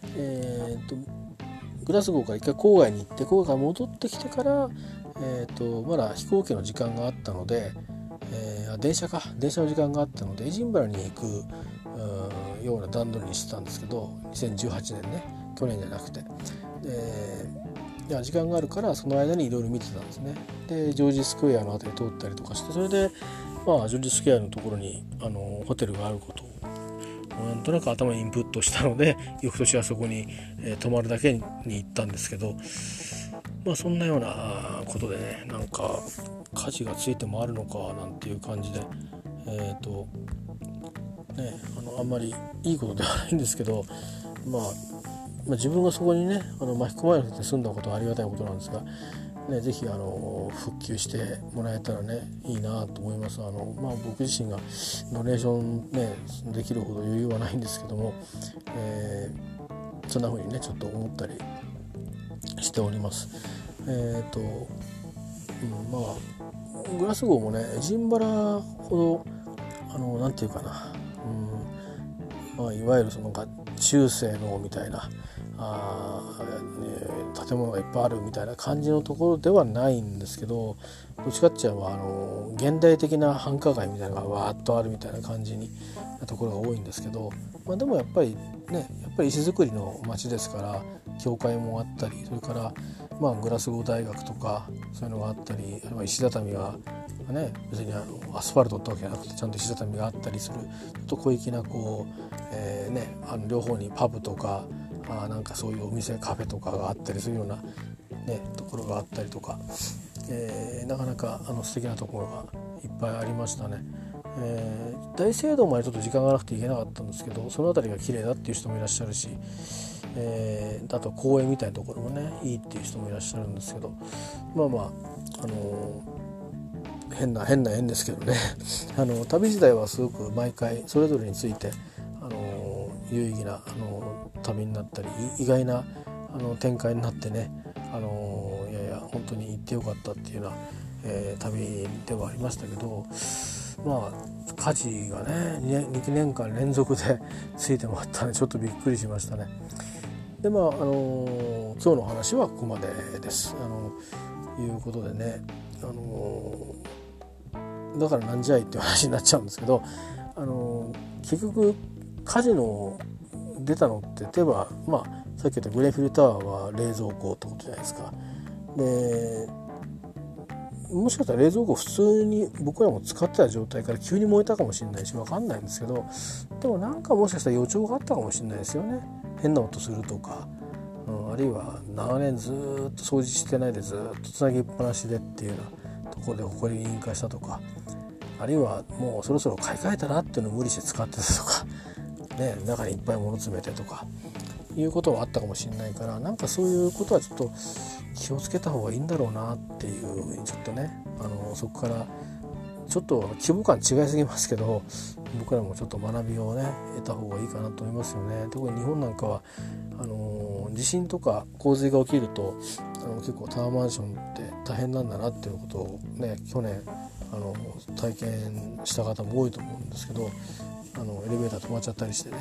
グラスゴーから一回郊外に行って郊外から戻ってきてから、まだ飛行機の時間があったので、電車の時間があったのでエジンバラに行くような段取りにしてたんですけど、2018年ね、去年じゃなくて、時間があるからその間にいろいろ見てたんですね。でジョージスクエアのあたり通ったりとかして、それでジョージスクエアのところにホテルがあることをなんとなく頭にインプットしたので、翌年はそこに、泊まるだけに行ったんですけど、そんなようなことでね、なんか火事がついてもあるのかなんていう感じで、あんまりいいことではないんですけど、自分がそこにね巻き込まれて済んだことはありがたいことなんですが、ぜひ復旧してもらえたらねいいなと思います。僕自身がドネーションねできるほど余裕はないんですけども、そんな風にねちょっと思ったりしております。グラスゴーもねエジンバラほどなんていうかな、いわゆるその中世のみたいな建物がいっぱいあるみたいな感じのところではないんですけど、どっちかっていうと現代的な繁華街みたいなのがわーっとあるみたいな感じなところが多いんですけど、でもやっぱり石造りの街ですから教会もあったり、それからグラスゴー大学とかそういうのがあったり、石畳がね別にアスファルトってわけじゃなくてちゃんと石畳があったりする、ちょっと小粋な両方にパブとかなんかそういうお店カフェとかがあったりするような、ところがあったりとか、なかなか素敵なところがいっぱいありましたね。大聖堂までちょっと時間がなくて行けなかったんですけど、その辺りが綺麗だっていう人もいらっしゃるし、あと公園みたいなところもねいいっていう人もいらっしゃるんですけど、変な縁ですけどね旅自体はすごく毎回それぞれについて有意義な旅になったり意外な展開になってね、いや本当に行ってよかったっていうような、旅ではありましたけど、火事がね2年間連続でついてもらったのでちょっとびっくりしましたね。で今日の話はここまでです。いうことでね、だからなんじゃいっていう話になっちゃうんですけど、結局火事の出たのって例えば、さっき言ったグレンフィールタワーは冷蔵庫ってことじゃないですか。でもしかしたら冷蔵庫普通に僕らも使ってた状態から急に燃えたかもしれないし、分かんないんですけど、でもなんかもしかしたら予兆があったかもしれないですよね。変な音するとか、あるいは長年ずっと掃除してないでずっとつなぎっぱなしでっていうようなところで埃に引火したとか、あるいはもうそろそろ買い替えたらっていうのを無理して使ってたとか、ね、中にいっぱい物詰めてとかいうことはあったかもしれないから、なんかそういうことはちょっと気をつけた方がいいんだろうなっていうふうにちょっとね、そこからちょっと規模感違いすぎますけど、僕らもちょっと学びをね得た方がいいかなと思いますよね。特に日本なんかは地震とか洪水が起きると結構タワーマンションって大変なんだなっていうことをね、去年体験した方も多いと思うんですけど、エレベーター止まっちゃったりしてね、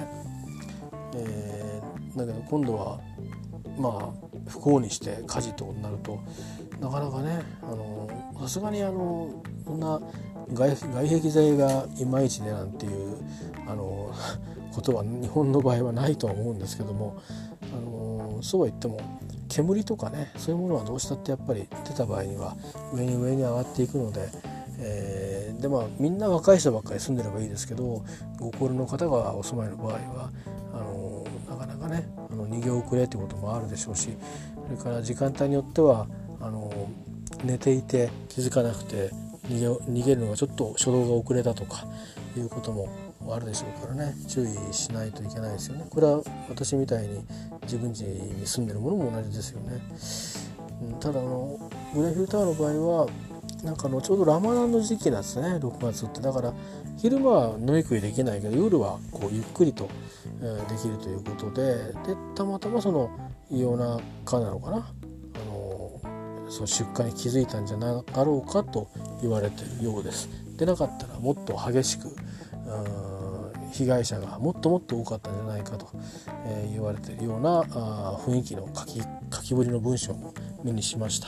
だけど今度は不幸にして火事となるとなかなかね、さすがにそんな外壁材がいまいちねなんていうことは日本の場合はないとは思うんですけども、そうは言っても煙とかね、そういうものはどうしたってやっぱり出た場合には上に上に上がっていくので、みんな若い人ばっかり住んでればいいですけど、ご高齢の方がお住まいの場合はなかなかね逃げ遅れということもあるでしょうし、それから時間帯によっては寝ていて気づかなくて逃げるのがちょっと初動が遅れたとかいうこともあるでしょうからね、注意しないといけないですよね。これは私みたいに自分家に住んでるものも同じですよね。ただグレンフィールタワーの場合はなんかちょうどラマダンの時期なんですね、6月って。だから昼間は飲み食いできないけど夜はこうゆっくりと、できるということで、たまたまその夜中なのかな、その出火に気づいたんじゃなかろうかと言われているようです。でなかったらもっと激しく被害者がもっともっと多かったんじゃないかと、言われているような雰囲気の書きぶりの文章も目にしました。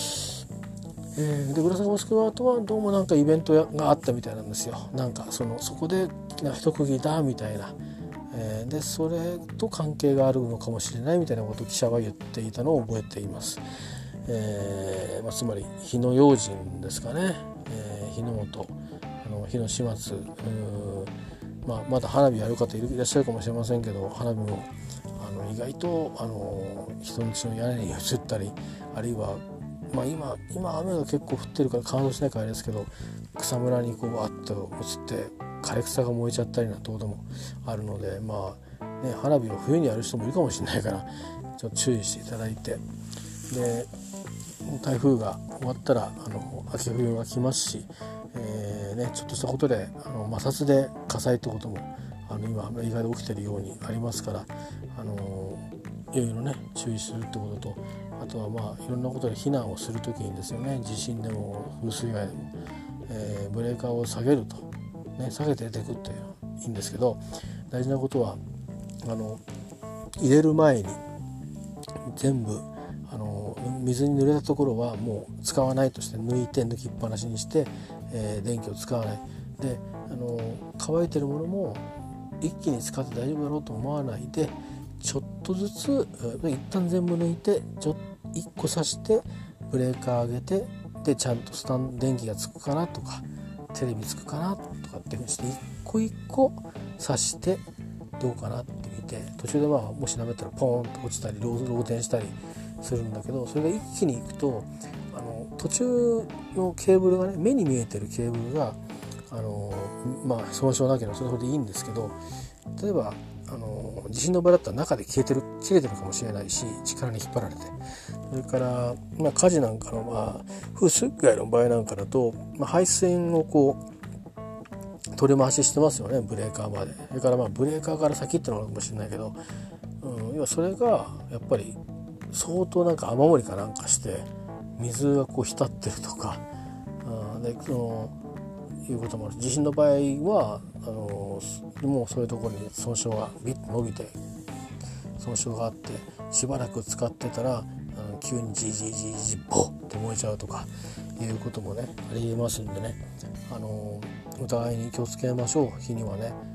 でグラサモスクワとはどうもなんかイベントがあったみたいなんですよ。なんかそこで一区切りだみたいな、でそれと関係があるのかもしれないみたいなことを記者は言っていたのを覚えています。つまり火の用心ですかね、火の元火の始末、まだ花火やる方いらっしゃるかもしれませんけど、花火も意外と人ん家の屋根に移ったり、あるいは今雨が結構降ってるから乾燥しないからあれですけど、草むらにこうわっと移って枯れ草が燃えちゃったりなんてこともあるので、花火を冬にやる人もいるかもしれないからちょっと注意していただいて、で台風が終わったら秋冬が来ますし、ちょっとしたことで摩擦で火災ってことも今アメリカで起きてるようにありますから、いろいろね注意するってことと、あとはいろんなことで避難をするときにですよね、地震でも風水害でも、ブレーカーを下げると、下げて出てくっていうのはいいんですけど、大事なことは入れる前に全部水に濡れたところはもう使わないとして抜きっぱなしにして、電気を使わないで、乾いてるものも一気に使って大丈夫だろうと思わないで、ちょっとずつ一旦全部抜いて1個挿してブレーカー上げて、でちゃんと電気がつくかなとかテレビつくかなとかっていうふうにして一個一個挿してどうかなって見て、途中でもしダメだったらポーンと落ちたり漏電したりするんだけど、それが一気にいくと途中のケーブルがね、目に見えてるケーブルが損傷なければそれでいいんですけど、例えば地震の場合だったら中で切れてるかもしれないし、力に引っ張られて、それから火事なんかの風水害の場合なんかだと、配線をこう取り回ししてますよね、ブレーカーまで。それからブレーカーから先ってのかもしれないけど、要はそれがやっぱり相当なんか雨漏りかなんかして水がこう浸ってるとか、でいうこともある。地震の場合はもうそういうところに損傷がビッと伸びて損傷があって、しばらく使ってたら急にジボッって燃えちゃうとかいうこともねありえますんでね、お互いに気をつけましょう。火にはね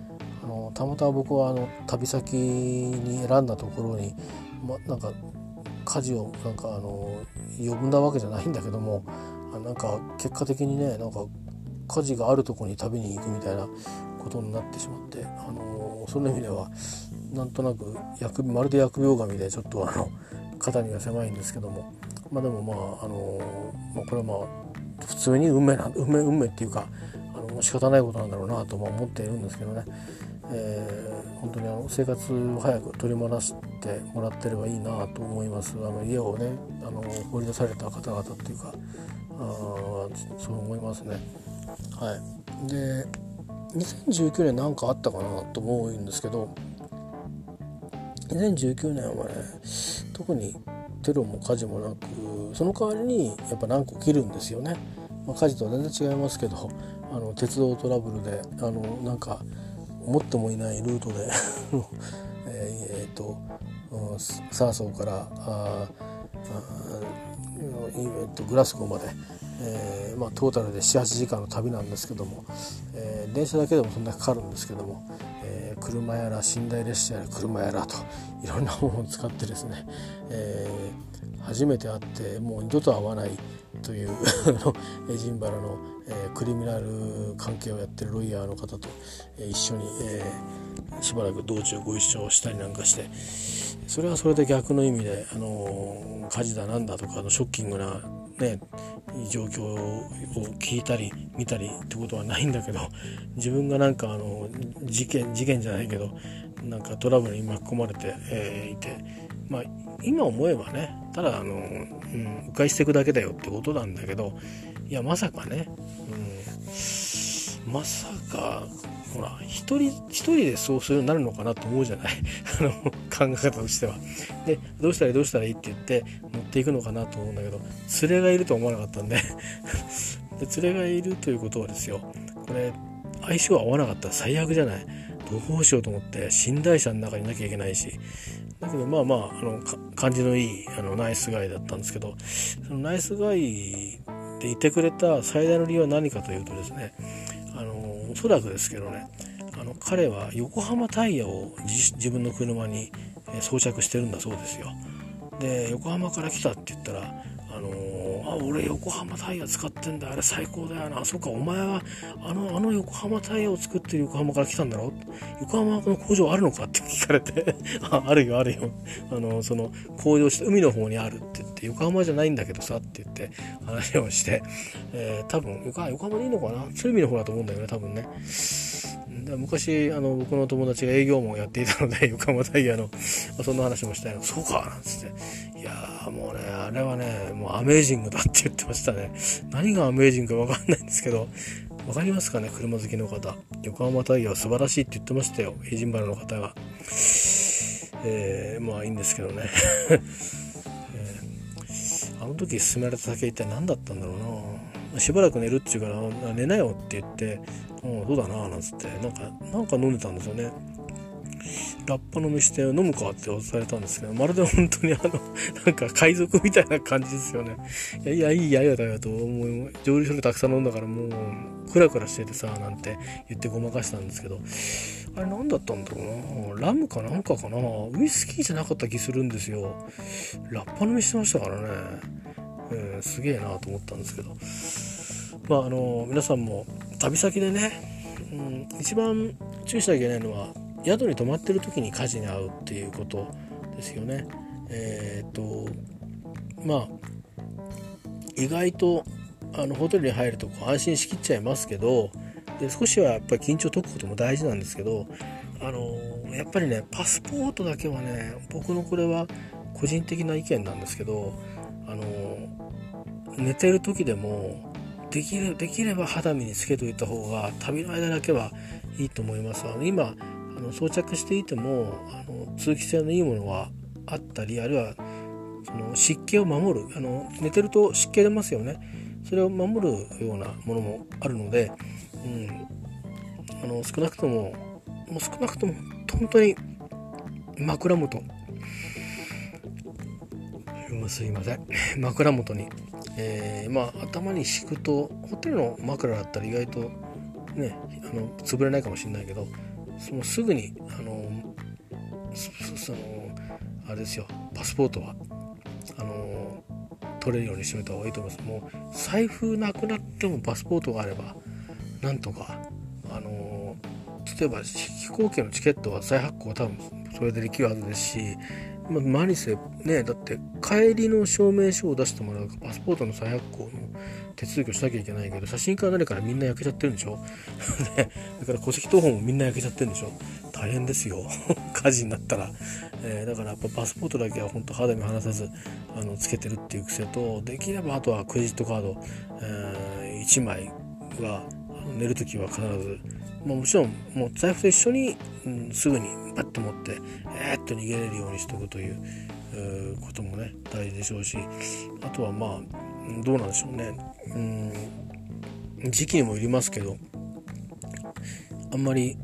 たまたま僕は旅先に選んだところに、なんか火事を呼んだわけじゃないんだけども、なんか結果的にね、なんか火事があるところに旅に行くみたいなことになってしまって、その意味ではなんとなくまるで疫病神でちょっと肩身が狭いんですけども、でもこれは普通に運命っていうか仕方ないことなんだろうなと思っているんですけどね、本当に生活を早く取り戻してもらってればいいなと思います。家をね放り出された方々っていうかそう思いますね。はい。で2019年なんかあったかなと思うんですけど、2019年はね特にテロも火事もなく、その代わりにやっぱ何個切るんですよね。火事とは全然違いますけど、鉄道トラブルでなんか思ってもいないルートでサーソーからグラスゴーまで、トータルで 7,8 時間の旅なんですけども、電車だけでもそんなかかるんですけども、車やら寝台列車やら車やらといろんなものを使ってですね、初めて会ってもう二度と会わないというエジンバラの、クリミナル関係をやってるロイヤーの方と、一緒に、しばらく道中ご一緒したりなんかして、それはそれで逆の意味で、火事だなんだとかショッキングなね状況を聞いたり見たりってことはないんだけど、自分がなんか事件じゃないけどなんかトラブルに巻き込まれて、いて、今思えばねただ迂回していくだけだよってことなんだけど、いやまさかね、まさかほら一人でそうするようになるのかなと思うじゃない考え方としては。でどうしたらいいって言って乗っていくのかなと思うんだけど、連れがいると思わなかったんでで連れがいるということはですよ、これ相性合わなかったら最悪じゃない。どうしようと思って寝台車の中にいなきゃいけないし、だけど感じのいいナイスガイだったんですけど、そのナイスガイでいてくれた最大の理由は何かというとですね、おそらくですけどね、彼は横浜タイヤを自分の車に装着してるんだそうですよ。で横浜から来たって言ったら俺横浜タイヤ使ってんだ、あれ最高だよな、そうかお前は横浜タイヤを作ってる横浜から来たんだろ、横浜の工場あるのかって聞かれてあるよその工場して海の方にあるって言って、横浜じゃないんだけどさって言って話をして、多分横浜でいいのかな、鶴見の方だと思うんだよね多分ね。昔僕の友達が営業もやっていたので横浜タイヤの、そんな話もしたいの。そうかなんつって、いやーもうねあれはねもうアメージングだって言ってましたね。何がアメージングか分かんないんですけど、分かりますかね車好きの方。横浜タイヤは素晴らしいって言ってましたよ、エジンバラの方が。いいんですけどねあの時勧められた酒一体何だったんだろうな。しばらく寝るって言うから寝なよって言って、そうだななんつってなんか飲んでたんですよね。ラッパ飲みして飲むかって言われたんですけど、まるで本当になんか海賊みたいな感じですよね。いやいやだよと思う。蒸留所でたくさん飲んだからもうクラクラしててさなんて言ってごまかしたんですけど、あれ何だったんだろうな、ラムかなんかかな、ウイスキーじゃなかった気するんですよ。ラッパ飲みしてましたからね、すげえなと思ったんですけど、皆さんも旅先でね、一番注意しなきゃいけないのは宿に泊まってる時に火事に遭うっていうことですよね。意外とホテルに入ると安心しきっちゃいますけど、で少しはやっぱり緊張を解くことも大事なんですけど、やっぱりねパスポートだけはね、僕のこれは個人的な意見なんですけど、寝てる時でもできれば肌身につけといた方が旅の間だけはいいと思います。今装着していても通気性のいいものがあったり、あるいはその湿気を守る、寝てると湿気出ますよね。それを守るようなものもあるので、少なくとも本当に枕元、すいません枕元に、頭に敷くとホテルの枕だったら意外とね潰れないかもしれないけど、 もうすぐにあれですよ、パスポートは取れるようにしておいた方がいいと思います。もう財布なくなってもパスポートがあればなんとか例えば飛行機のチケットは再発行は多分それでできるはずですし、何せね、だって帰りの証明書を出してもらうかパスポートの再発行の手続きをしなきゃいけないけど、写真家は誰からみんな焼けちゃってるんでしょでだから戸籍謄本もみんな焼けちゃってるんでしょ。大変ですよ火事になったら、だからやっぱパスポートだけは本当肌身離さずつけてるっていう癖と、できればあとはクレジットカード、1枚は寝るときは必ず、もちろんもう財布と一緒に、すぐにパッと持って逃げれるようにしておくという、こともね大事でしょうし、あとはどうなんでしょうね、時期にもよりますけど、あんまり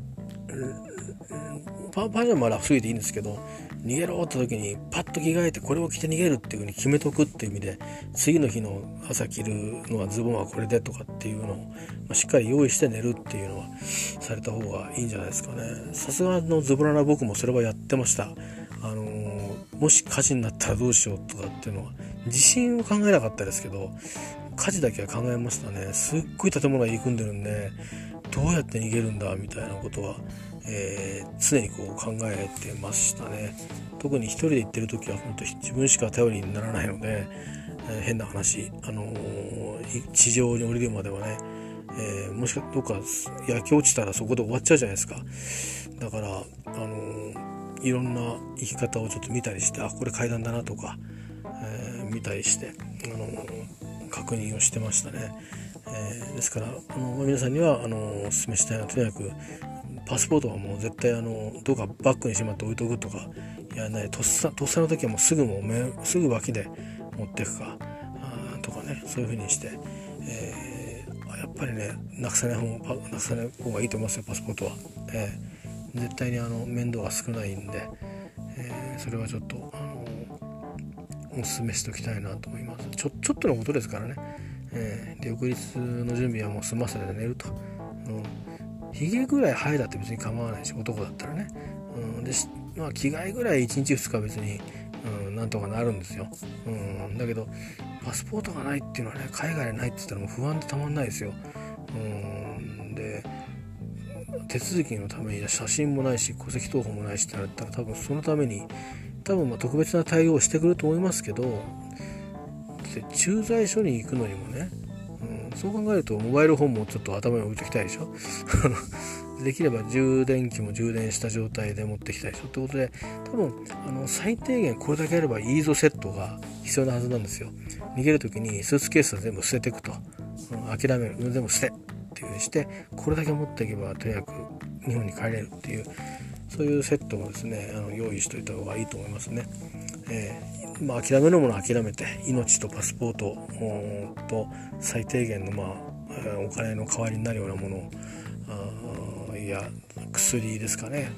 パジャマは楽すぎていいんですけど、逃げろって時にパッと着替えてこれを着て逃げるっていう風に決めとくっていう意味で、次の日の朝着るのはズボンはこれでとかっていうのを、しっかり用意して寝るっていうのはされた方がいいんじゃないですかね。さすがのズボラな僕もそれはやってました。もし火事になったらどうしようとかっていうのは地震を考えなかったですけど、火事だけは考えましたね。すっごい建物が入り組んでるんでどうやって逃げるんだみたいなことは、常にこう考えてましたね。特に一人で行ってる時は本当自分しか頼りにならないので、変な話、地上に降りるまではね、もしかどっか焼け落ちたらそこで終わっちゃうじゃないですか。だからいろんな生き方をちょっと見たりして、これ階段だなとか、見たりして確認をしてましたね。ですから皆さんにはお勧めしたいのは、とにかくパスポートはもう絶対どうかバッグにしまって置いとくとかやらない。とっさの時はもうすぐ脇で持っていくかとかね、そういう風にして、やっぱりねなくさない方がいいと思いますよ、パスポートは。絶対に面倒が少ないんで、それはちょっとお勧めしておきたいなと思います。ちょっとのことですからね。で翌日の準備はもう済ませて寝ると。ひげぐらい生えだって別に構わないし、男だったらね。で着替えぐらい1日2日別に、なんとかなるんですよ。だけどパスポートがないっていうのはね、海外でないって言ったらもう不安でたまんないですよ。で手続きのために写真もないし戸籍謄本もないしってなったら、多分そのために特別な対応をしてくると思いますけど、駐在所に行くのにもね、そう考えるとモバイルフォンもちょっと頭に置いておきたいでしょできれば充電器も充電した状態で持ってきたいでしょってことで、多分最低限これだけあればいいぞセットが必要なはずなんですよ。逃げる時にスーツケースは全部捨てていくと、諦める、全部捨てっていう風にして、これだけ持っていけばとにかく日本に帰れるっていう、そういうセットをですね用意しておいた方がいいと思いますね。諦めるものは諦めて、命とパスポートと最低限のお金の代わりになるようなものをや薬ですかね、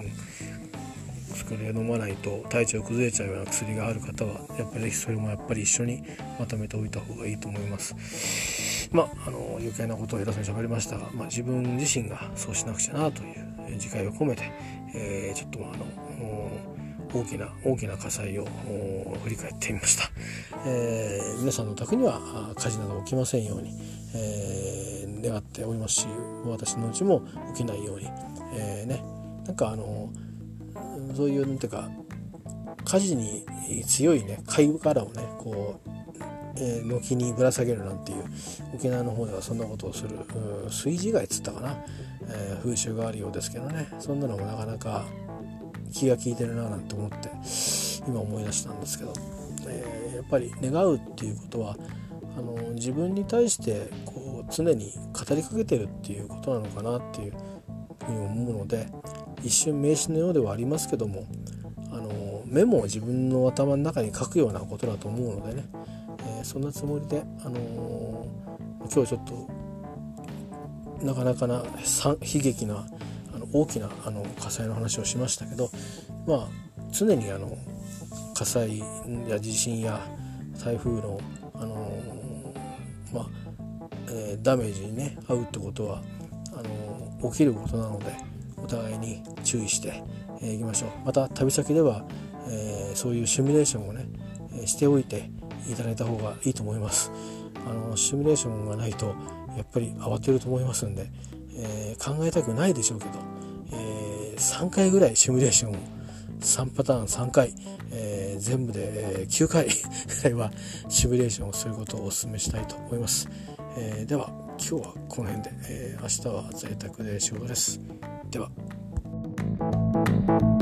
薬を飲まないと体調崩れちゃうような薬がある方はやっぱりそれも一緒にまとめておいた方がいいと思います。余計なことを偉そうに喋りましたが、自分自身がそうしなくちゃなという自戒を込めて、ちょっと大きな火災を振り返ってみました。皆さんのお宅には火事など起きませんように、願っておりますし、私のうちも起きないように、なんかそういうなんていうか火事に強いね貝殻をねこう、軒にぶら下げるなんていう、沖縄の方ではそんなことをする炊事街っつったかな、風習があるようですけどね、そんなのもなかなか気が利いてるななんて思って今思い出したんですけど、やっぱり願うっていうことは自分に対してこう常に語りかけてるっていうことなのかなっていうふうに思うので、一瞬迷信のようではありますけども、メモを自分の頭の中に書くようなことだと思うのでね、そんなつもりで、今日ちょっとなかなかな悲劇な大きな火災の話をしましたけど、常に火災や地震や台風の、ダメージにね遭うってことは起きることなので、 互いに注意していきましょう。また旅先では、そういうシミュレーションをねしておいていただいた方がいいと思います。シミュレーションがないとやっぱり慌てると思いますんで、考えたくないでしょうけど、3回ぐらいシミュレーションを3パターン3回、全部で9回ぐらいはシミュレーションをすることをお勧めしたいと思います。では今日はこの辺で、明日は在宅で仕事です。では。